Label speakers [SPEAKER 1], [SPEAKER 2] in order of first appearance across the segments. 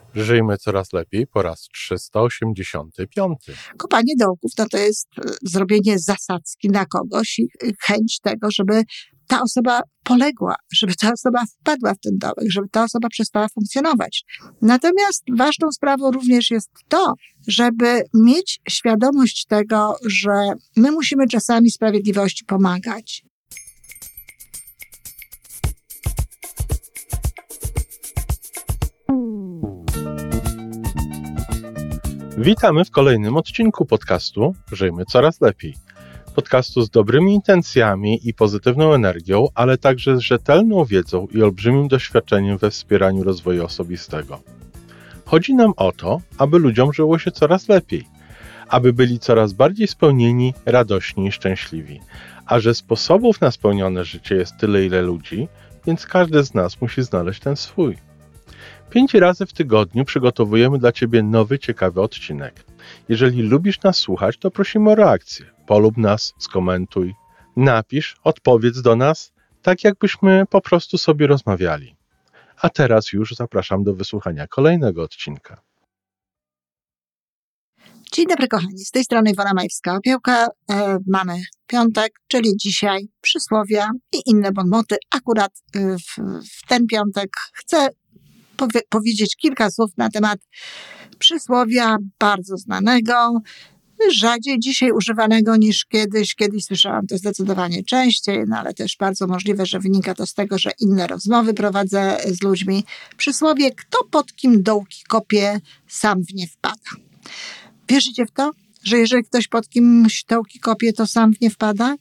[SPEAKER 1] Żyjmy coraz lepiej po raz 385.
[SPEAKER 2] Kopanie dołków to jest zrobienie zasadzki na kogoś i chęć tego, żeby ta osoba poległa, żeby ta osoba wpadła w ten dołek, żeby ta osoba przestała funkcjonować. Natomiast ważną sprawą również jest to, żeby mieć świadomość tego, że my musimy czasami sprawiedliwości pomagać.
[SPEAKER 1] Witamy w kolejnym odcinku podcastu Żyjmy Coraz Lepiej. Podcastu z dobrymi intencjami i pozytywną energią, ale także z rzetelną wiedzą i olbrzymim doświadczeniem we wspieraniu rozwoju osobistego. Chodzi nam o to, aby ludziom żyło się coraz lepiej, aby byli coraz bardziej spełnieni, radośni i szczęśliwi. A że sposobów na spełnione życie jest tyle, ile ludzi, więc każdy z nas musi znaleźć ten swój. 5 razy w tygodniu przygotowujemy dla Ciebie nowy, ciekawy odcinek. Jeżeli lubisz nas słuchać, to prosimy o reakcję. Polub nas, skomentuj, napisz, odpowiedz do nas, tak jakbyśmy po prostu sobie rozmawiali. A teraz już zapraszam do wysłuchania kolejnego odcinka.
[SPEAKER 2] Dzień dobry kochani, z tej strony Iwona Majewska-Opiełka. Mamy piątek, czyli dzisiaj przysłowia i inne bonmoty. Akurat w ten piątek chcę powiedzieć kilka słów na temat przysłowia bardzo znanego, rzadziej dzisiaj używanego niż kiedyś. Kiedyś słyszałam to zdecydowanie częściej, no ale też bardzo możliwe, że wynika to z tego, że inne rozmowy prowadzę z ludźmi. Przysłowie, kto pod kim dołki kopie, sam w nie wpada. Wierzycie w to, że jeżeli ktoś pod kimś dołki kopie, to sam w nie wpada?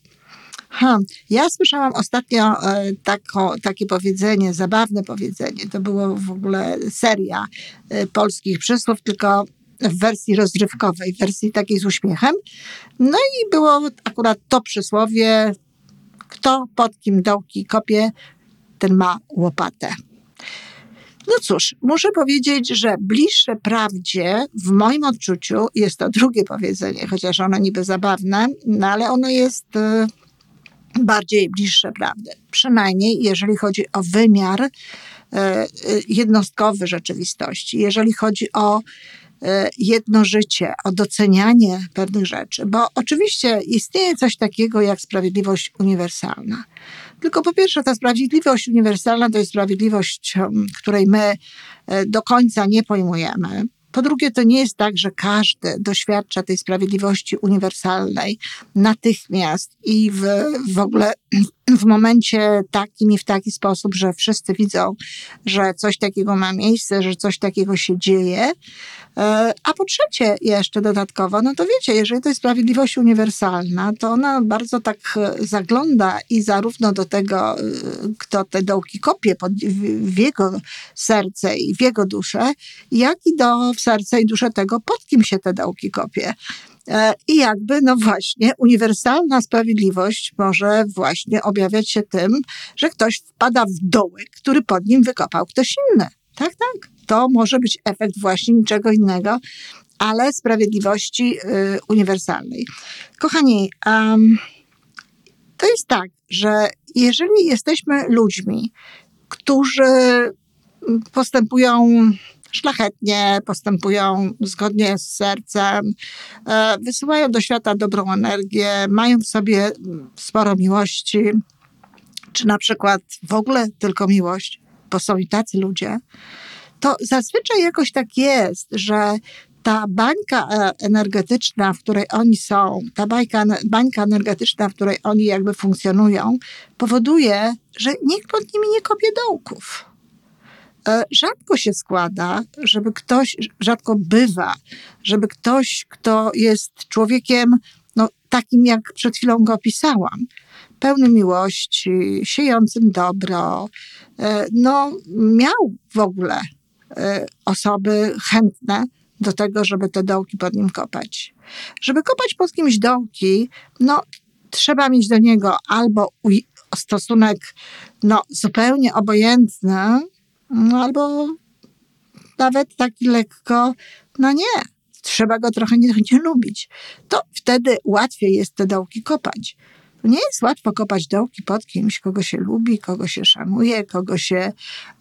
[SPEAKER 2] Ja słyszałam ostatnio takie powiedzenie, zabawne powiedzenie. To było w ogóle seria polskich przysłów, tylko w wersji rozrywkowej, w wersji takiej z uśmiechem. No i było akurat to przysłowie, kto pod kim dołki kopie, ten ma łopatę. No cóż, muszę powiedzieć, że bliższe prawdzie w moim odczuciu jest to drugie powiedzenie, chociaż ono niby zabawne, no ale ono jest bardziej bliższe prawdy. Przynajmniej jeżeli chodzi o wymiar jednostkowy rzeczywistości, jeżeli chodzi o jedno życie, o docenianie pewnych rzeczy, bo oczywiście istnieje coś takiego jak sprawiedliwość uniwersalna. Tylko po pierwsze ta sprawiedliwość uniwersalna to jest sprawiedliwość, której my do końca nie pojmujemy. Po drugie, to nie jest tak, że każdy doświadcza tej sprawiedliwości uniwersalnej natychmiast i w ogóle w momencie takim i w taki sposób, że wszyscy widzą, że coś takiego ma miejsce, że coś takiego się dzieje. A po trzecie jeszcze dodatkowo, no to wiecie, jeżeli to jest sprawiedliwość uniwersalna, to ona bardzo tak zagląda i zarówno do tego, kto te dołki kopie w jego serce i w jego duszę, jak i do serca i duszę tego, pod kim się te dołki kopie. I jakby, no właśnie, uniwersalna sprawiedliwość może właśnie objawiać się tym, że ktoś wpada w dołek, który pod nim wykopał ktoś inny. Tak. To może być efekt właśnie niczego innego, ale sprawiedliwości uniwersalnej. Kochani, to jest tak, że jeżeli jesteśmy ludźmi, którzy postępują szlachetnie, postępują zgodnie z sercem, wysyłają do świata dobrą energię, mają w sobie sporo miłości, czy na przykład w ogóle tylko miłość, bo są i tacy ludzie, to zazwyczaj jakoś tak jest, że ta bańka energetyczna, w której oni są, ta bańka energetyczna, w której oni jakby funkcjonują, powoduje, że nikt pod nimi nie kopie dołków. Rzadko się składa, rzadko bywa, żeby ktoś, kto jest człowiekiem, no, takim jak przed chwilą go opisałam, pełnym miłości, siejącym dobro, no, miał w ogóle osoby chętne do tego, żeby te dołki pod nim kopać. Żeby kopać pod kimś dołki, no, trzeba mieć do niego albo stosunek, no, zupełnie obojętny, no, albo nawet taki lekko, no nie, trzeba go trochę nie lubić. To wtedy łatwiej jest te dołki kopać. To nie jest łatwo kopać dołki pod kimś, kogo się lubi, kogo się szanuje, kogo się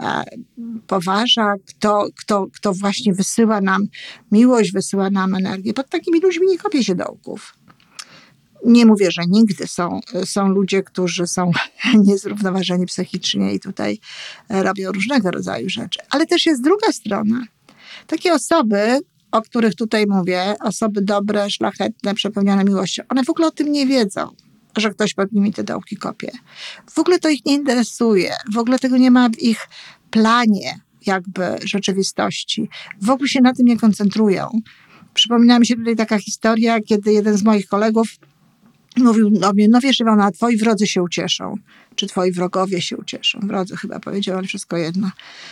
[SPEAKER 2] poważa, kto właśnie wysyła nam miłość, wysyła nam energię. Pod takimi ludźmi nie kopie się dołków. Nie mówię, że nigdy są ludzie, którzy są niezrównoważeni psychicznie i tutaj robią różnego rodzaju rzeczy. Ale też jest druga strona. Takie osoby, o których tutaj mówię, osoby dobre, szlachetne, przepełnione miłością, one w ogóle o tym nie wiedzą, że ktoś pod nimi te dołki kopie. W ogóle to ich nie interesuje. W ogóle tego nie ma w ich planie jakby rzeczywistości. W ogóle się na tym nie koncentrują. Przypomina mi się tutaj taka historia, kiedy jeden z moich kolegów mówił do mnie, no wiesz Iwona, twoi wrodzy się ucieszą. Czy twoi wrogowie się ucieszą. Wrodzy chyba powiedział, ale wszystko jedno.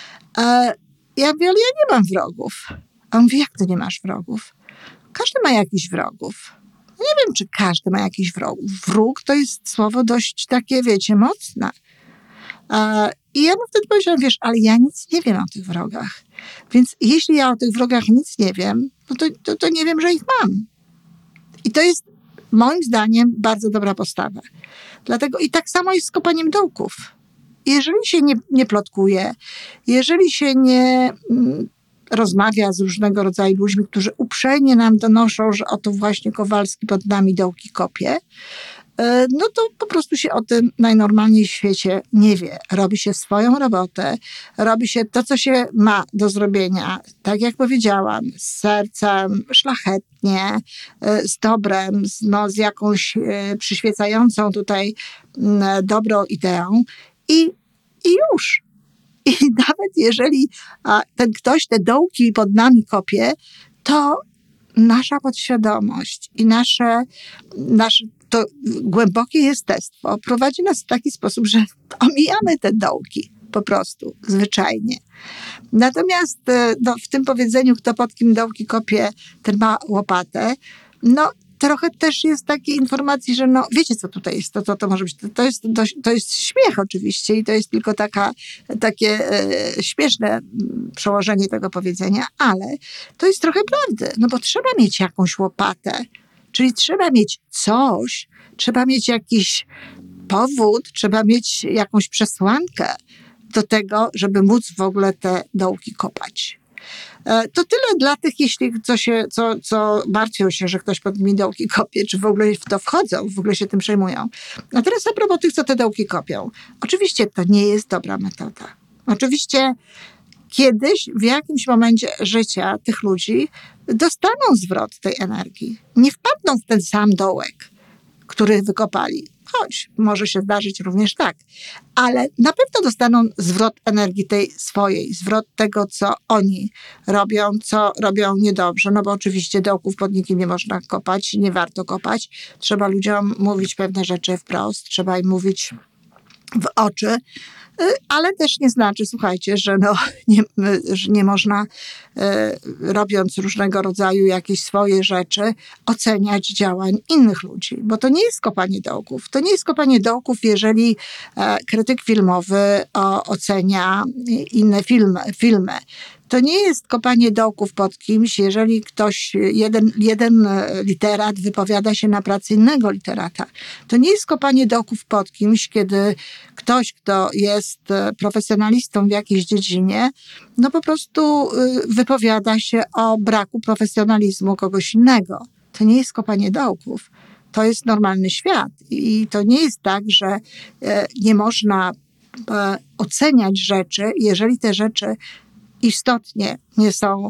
[SPEAKER 2] Ja mówię, ale ja nie mam wrogów. A on mówi, jak ty nie masz wrogów? Każdy ma jakichś wrogów. Nie wiem, czy każdy ma jakiś wrogów. Wróg to jest słowo dość takie, wiecie, mocne. I ja mu wtedy powiedziałam, wiesz, ale ja nic nie wiem o tych wrogach. Więc jeśli ja o tych wrogach nic nie wiem, no to nie wiem, że ich mam. I to jest moim zdaniem bardzo dobra postawa. Dlatego i tak samo jest z kopaniem dołków. Jeżeli się nie plotkuje, jeżeli się nie rozmawia z różnego rodzaju ludźmi, którzy uprzejmie nam donoszą, że oto właśnie Kowalski pod nami dołki kopie, no to po prostu się o tym najnormalniej w świecie nie wie. Robi się swoją robotę, robi się to, co się ma do zrobienia, tak jak powiedziałam, z sercem, szlachetnie, z dobrem, z jakąś przyświecającą tutaj dobrą ideą i już. I nawet jeżeli ten ktoś te dołki pod nami kopie, to nasza podświadomość i nasze to głębokie jestestwo prowadzi nas w taki sposób, że omijamy te dołki po prostu, zwyczajnie. Natomiast w tym powiedzeniu, kto pod kim dołki kopie, ten ma łopatę, trochę też jest takiej informacji, że wiecie, co tutaj jest, to może być, to jest śmiech oczywiście i to jest tylko takie śmieszne przełożenie tego powiedzenia, ale to jest trochę prawdy, bo trzeba mieć jakąś łopatę, czyli trzeba mieć coś, trzeba mieć jakiś powód, trzeba mieć jakąś przesłankę do tego, żeby móc w ogóle te dołki kopać. To tyle dla tych, co martwią się, że ktoś pod nimi dołki kopie, czy w ogóle w to wchodzą, w ogóle się tym przejmują. A teraz a propos tych, co te dołki kopią. Oczywiście to nie jest dobra metoda. Oczywiście kiedyś, w jakimś momencie życia tych ludzi dostaną zwrot tej energii. Nie wpadną w ten sam dołek, który wykopali. Choć może się zdarzyć również tak. Ale na pewno dostaną zwrot energii tej swojej, zwrot tego, co oni robią, co robią niedobrze. Bo oczywiście dołków pod nikim nie można kopać, nie warto kopać. Trzeba ludziom mówić pewne rzeczy wprost, trzeba im mówić w oczy, ale też nie znaczy, słuchajcie, że nie można, robiąc różnego rodzaju jakieś swoje rzeczy, oceniać działań innych ludzi, bo to nie jest kopanie dołków. To nie jest kopanie dołków, jeżeli krytyk filmowy ocenia inne filmy. To nie jest kopanie dołków pod kimś, jeżeli jeden literat wypowiada się na pracy innego literata. To nie jest kopanie dołków pod kimś, kiedy ktoś, kto jest profesjonalistą w jakiejś dziedzinie, po prostu wypowiada się o braku profesjonalizmu kogoś innego. To nie jest kopanie dołków. To jest normalny świat. I to nie jest tak, że nie można oceniać rzeczy, jeżeli te rzeczy istotnie nie są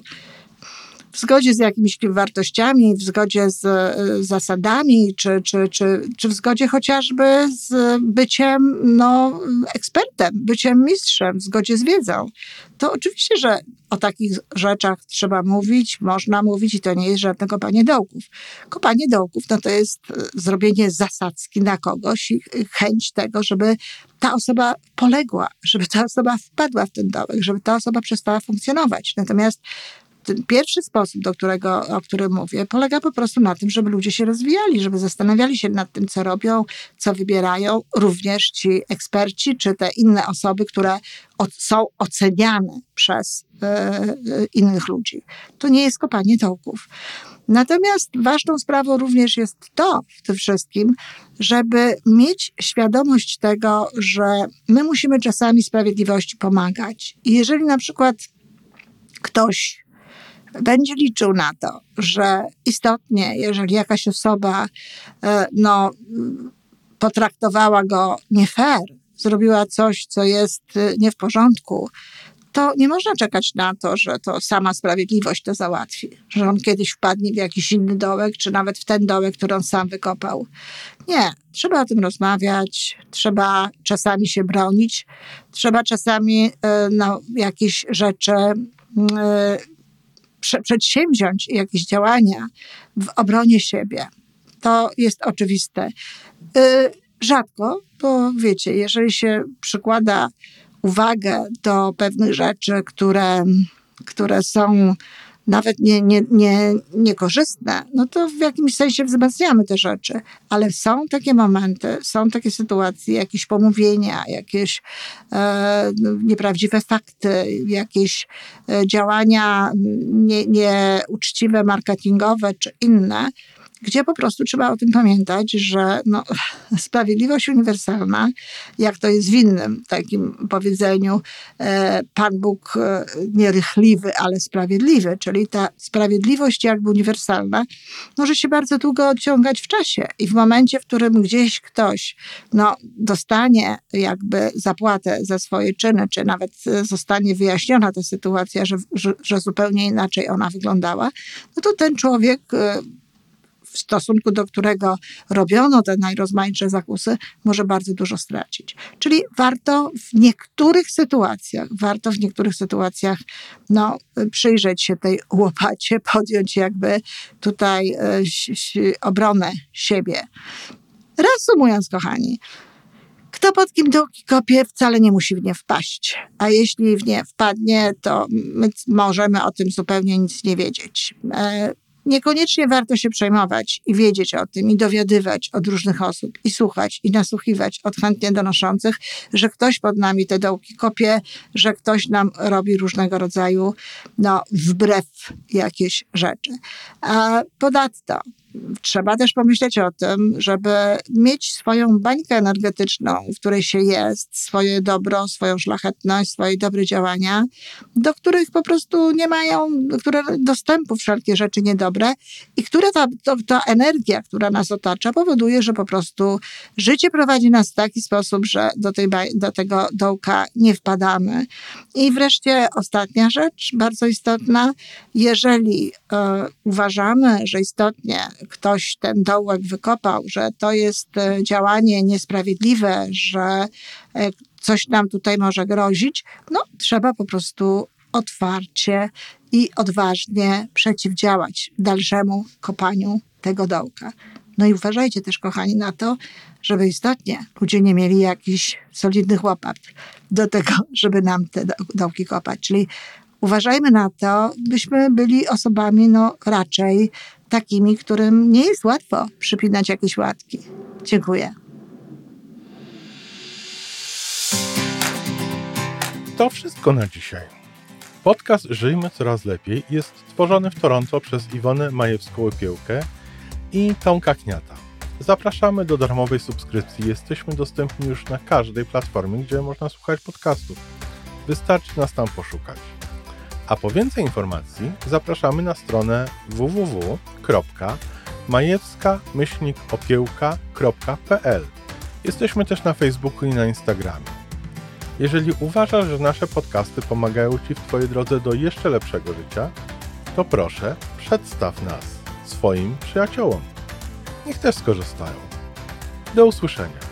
[SPEAKER 2] w zgodzie z jakimiś wartościami, w zgodzie z zasadami, czy w zgodzie chociażby z byciem ekspertem, byciem mistrzem, w zgodzie z wiedzą. To oczywiście, że o takich rzeczach trzeba mówić, można mówić i to nie jest żadne kopanie dołków. Kopanie dołków to jest zrobienie zasadzki na kogoś i chęć tego, żeby ta osoba poległa, żeby ta osoba wpadła w ten dołek, żeby ta osoba przestała funkcjonować. Natomiast ten pierwszy sposób, o którym mówię, polega po prostu na tym, żeby ludzie się rozwijali, żeby zastanawiali się nad tym, co robią, co wybierają, również ci eksperci, czy te inne osoby, które są oceniane przez innych ludzi. To nie jest kopanie dołków. Natomiast ważną sprawą również jest to w tym wszystkim, żeby mieć świadomość tego, że my musimy czasami sprawiedliwości pomagać. I jeżeli na przykład ktoś będzie liczył na to, że istotnie, jeżeli jakaś osoba potraktowała go nie fair, zrobiła coś, co jest nie w porządku, to nie można czekać na to, że to sama sprawiedliwość to załatwi, że on kiedyś wpadnie w jakiś inny dołek, czy nawet w ten dołek, który on sam wykopał. Nie, trzeba o tym rozmawiać, trzeba czasami się bronić, trzeba czasami jakieś rzeczy przedsięwziąć, jakieś działania w obronie siebie. To jest oczywiste. Rzadko, bo wiecie, jeżeli się przykłada uwagę do pewnych rzeczy, które są nawet niekorzystne, no to w jakimś sensie wzmacniamy te rzeczy. Ale są takie momenty, są takie sytuacje, jakieś pomówienia, jakieś nieprawdziwe fakty, jakieś działania nieuczciwe, marketingowe czy inne, gdzie po prostu trzeba o tym pamiętać, że sprawiedliwość uniwersalna, jak to jest w innym takim powiedzeniu, Pan Bóg nierychliwy, ale sprawiedliwy, czyli ta sprawiedliwość jakby uniwersalna może się bardzo długo odciągać w czasie i w momencie, w którym gdzieś ktoś dostanie jakby zapłatę za swoje czyny, czy nawet zostanie wyjaśniona ta sytuacja, że zupełnie inaczej ona wyglądała, no to ten człowiek, w stosunku do którego robiono te najrozmaitsze zakusy, może bardzo dużo stracić. Czyli warto w niektórych sytuacjach przyjrzeć się tej łopacie, podjąć jakby tutaj obronę siebie. Reasumując, kochani, kto pod kim dołki kopie, wcale nie musi w nie wpaść. A jeśli w nie wpadnie, to my możemy o tym zupełnie nic nie wiedzieć. Niekoniecznie warto się przejmować i wiedzieć o tym, i dowiadywać od różnych osób, i słuchać, i nasłuchiwać od chętnie donoszących, że ktoś pod nami te dołki kopie, że ktoś nam robi różnego rodzaju, wbrew jakieś rzeczy. A ponadto trzeba też pomyśleć o tym, żeby mieć swoją bańkę energetyczną, w której się jest, swoje dobro, swoją szlachetność, swoje dobre działania, do których po prostu nie mają, które dostępu wszelkie rzeczy niedobre i które ta energia, która nas otacza, powoduje, że po prostu życie prowadzi nas w taki sposób, że do tego dołka nie wpadamy. I wreszcie ostatnia rzecz, bardzo istotna, jeżeli uważamy, że istotnie ktoś ten dołek wykopał, że to jest działanie niesprawiedliwe, że coś nam tutaj może grozić, trzeba po prostu otwarcie i odważnie przeciwdziałać dalszemu kopaniu tego dołka. I uważajcie też, kochani, na to, żeby istotnie ludzie nie mieli jakichś solidnych łopat do tego, żeby nam te dołki kopać. Czyli uważajmy na to, byśmy byli osobami raczej takimi, którym nie jest łatwo przypinać jakieś łatki. Dziękuję.
[SPEAKER 1] To wszystko na dzisiaj. Podcast Żyjmy Coraz Lepiej jest tworzony w Toronto przez Iwonę Majewską-Opiełkę i Tomka Kniata. Zapraszamy do darmowej subskrypcji. Jesteśmy dostępni już na każdej platformie, gdzie można słuchać podcastów. Wystarczy nas tam poszukać. A po więcej informacji zapraszamy na stronę www.majewska-opiełka.pl. Jesteśmy też na Facebooku i na Instagramie. Jeżeli uważasz, że nasze podcasty pomagają Ci w Twojej drodze do jeszcze lepszego życia, to proszę, przedstaw nas swoim przyjaciołom. Niech też skorzystają. Do usłyszenia.